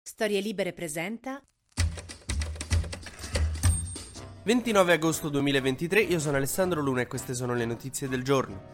Storie Libere presenta 29 agosto 2023, io sono Alessandro Luna e queste sono le notizie del giorno.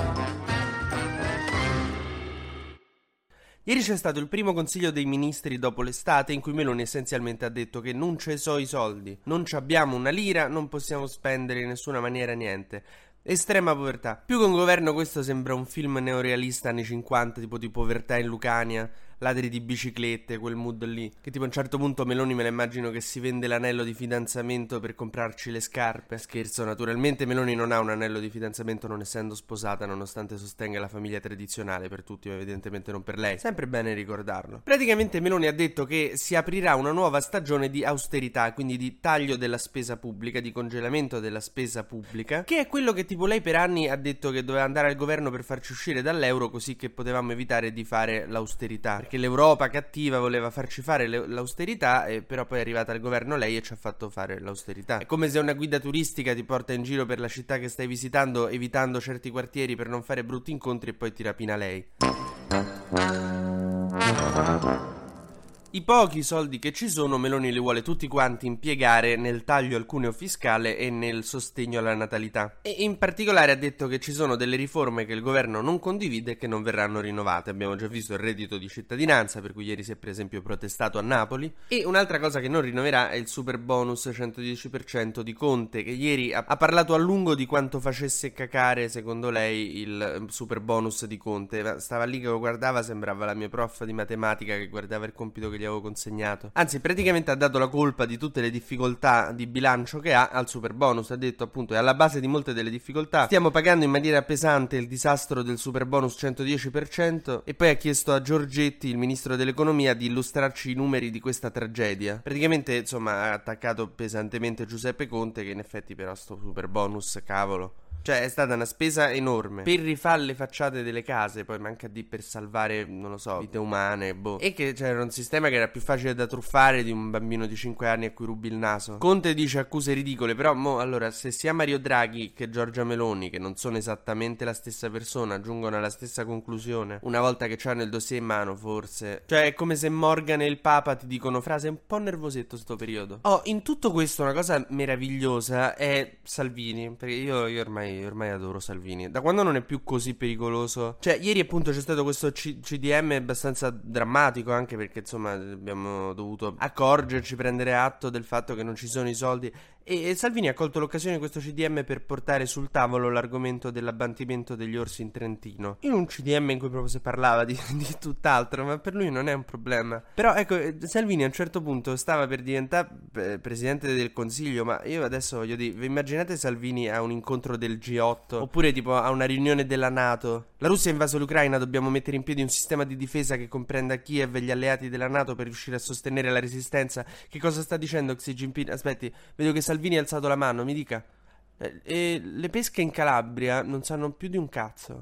Ieri c'è stato il primo consiglio dei ministri dopo l'estate in cui Meloni essenzialmente ha detto che non ci so i soldi, non ci abbiamo una lira, non possiamo spendere in nessuna maniera niente. Estrema povertà. Più che un governo questo sembra un film neorealista anni 50, tipo di povertà in Lucania, ladri di biciclette, quel mood lì. Che tipo a un certo punto Meloni me la immagino che si vende l'anello di fidanzamento per comprarci le scarpe. Scherzo, naturalmente Meloni non ha un anello di fidanzamento non essendo sposata, nonostante sostenga la famiglia tradizionale per tutti, ma evidentemente non per lei. Sempre bene ricordarlo. Praticamente Meloni ha detto che si aprirà una nuova stagione di austerità, quindi di taglio della spesa pubblica, di congelamento della spesa pubblica, che è quello che tipo lei per anni ha detto che doveva andare al governo per farci uscire dall'euro così che potevamo evitare di fare l'austerità, perché l'Europa cattiva voleva farci fare l'austerità e però poi è arrivata al governo lei e ci ha fatto fare l'austerità. È come se una guida turistica ti porta in giro per la città che stai visitando evitando certi quartieri per non fare brutti incontri e poi ti rapina lei. I pochi soldi che ci sono Meloni li vuole tutti quanti impiegare nel taglio al cuneo fiscale e nel sostegno alla natalità. E in particolare ha detto che ci sono delle riforme che il governo non condivide e che non verranno rinnovate. Abbiamo già visto il reddito di cittadinanza, per cui ieri si è per esempio protestato a Napoli. E un'altra cosa che non rinnoverà è il super bonus 110% di Conte, che ieri ha parlato a lungo di quanto facesse cacare secondo lei il super bonus di Conte. Stava lì che lo guardava, sembrava la mia prof di matematica che guardava il compito che gli avevo consegnato. Anzi, praticamente ha dato la colpa di tutte le difficoltà di bilancio che ha al super bonus. Ha detto appunto è alla base di molte delle difficoltà, stiamo pagando in maniera pesante il disastro del super bonus 110%. E poi ha chiesto a Giorgetti, il ministro dell'economia, di illustrarci i numeri di questa tragedia. Praticamente insomma ha attaccato pesantemente Giuseppe Conte, che in effetti però sto super bonus, cavolo, cioè è stata una spesa enorme per rifare le facciate delle case, poi manca di per salvare, non lo so, vite umane, boh. E che c'era un sistema che era più facile da truffare di un bambino di 5 anni a cui rubi il naso. Conte dice accuse ridicole, però allora se sia Mario Draghi che Giorgia Meloni, che non sono esattamente la stessa persona, giungono alla stessa conclusione una volta che c'hanno il dossier in mano, forse. Cioè è come se Morgan e il Papa ti dicono frase un po' nervosetto sto periodo. In tutto questo una cosa meravigliosa è Salvini, perché io ormai adoro Salvini. Da quando non è più così pericoloso. Cioè ieri appunto c'è stato questo CDM abbastanza drammatico, anche perché insomma abbiamo dovuto accorgerci, prendere atto del fatto che non ci sono i soldi. E Salvini ha colto l'occasione di questo CDM per portare sul tavolo l'argomento dell'abbattimento degli orsi in Trentino, in un CDM in cui proprio si parlava di tutt'altro, ma per lui non è un problema. Però ecco, Salvini a un certo punto stava per diventare presidente del Consiglio, ma io adesso voglio dire, vi immaginate Salvini a un incontro del G8 oppure tipo a una riunione della NATO? La Russia ha invaso l'Ucraina, dobbiamo mettere in piedi un sistema di difesa che comprenda Kiev e gli alleati della NATO per riuscire a sostenere la resistenza. Che cosa sta dicendo Xi Jinping? Aspetti, vedo che Salvini ha alzato la mano, mi dica. E le pesche in Calabria non sanno più di un cazzo.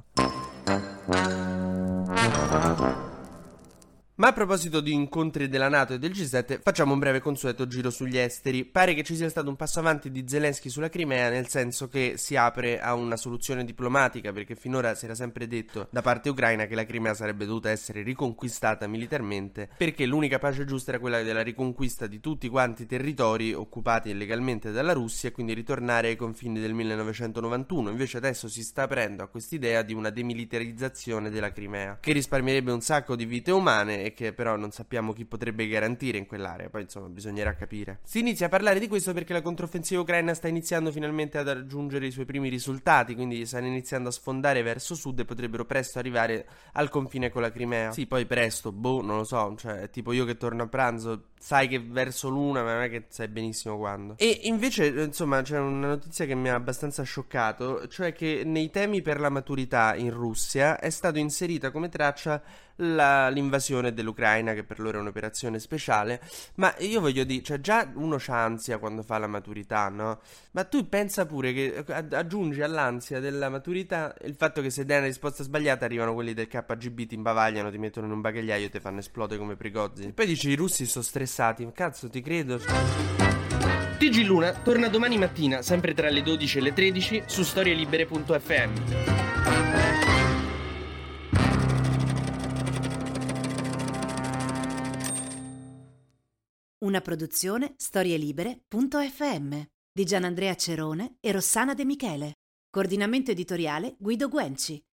Ma a proposito di incontri della NATO e del G7, facciamo un breve consueto giro sugli esteri. Pare che ci sia stato un passo avanti di Zelensky sulla Crimea, nel senso che si apre a una soluzione diplomatica, perché finora si era sempre detto da parte ucraina che la Crimea sarebbe dovuta essere riconquistata militarmente, perché l'unica pace giusta era quella della riconquista di tutti quanti i territori occupati illegalmente dalla Russia e quindi ritornare ai confini del 1991. Invece adesso si sta aprendo a quest'idea di una demilitarizzazione della Crimea, che risparmierebbe un sacco di vite umane e che però non sappiamo chi potrebbe garantire in quell'area. Poi insomma bisognerà capire. Si inizia a parlare di questo perché la controffensiva ucraina sta iniziando finalmente ad raggiungere i suoi primi risultati, quindi stanno iniziando a sfondare verso sud e potrebbero presto arrivare al confine con la Crimea. Sì, poi presto, non lo so, cioè tipo io che torno a pranzo, sai che verso l'una, ma non è che sai benissimo quando. E invece insomma c'è una notizia che mi ha abbastanza scioccato, cioè che nei temi per la maturità in Russia è stato inserita come traccia l'invasione dell'Ucraina, che per loro è un'operazione speciale. Ma io voglio dire, cioè già uno c'ha ansia quando fa la maturità, no? Ma tu pensa pure che aggiungi all'ansia della maturità il fatto che se dai una risposta sbagliata arrivano quelli del KGB, ti imbavagliano, ti mettono in un bagagliaio e ti fanno esplodere come Prigozhin. E poi dici i russi sono stressati, cazzo ti credo. TG Luna torna domani mattina, sempre tra le 12 e le 13, su storielibere.fm. Una produzione storielibere.fm di Gianandrea Cerone e Rossana De Michele. Coordinamento editoriale Guido Guenci.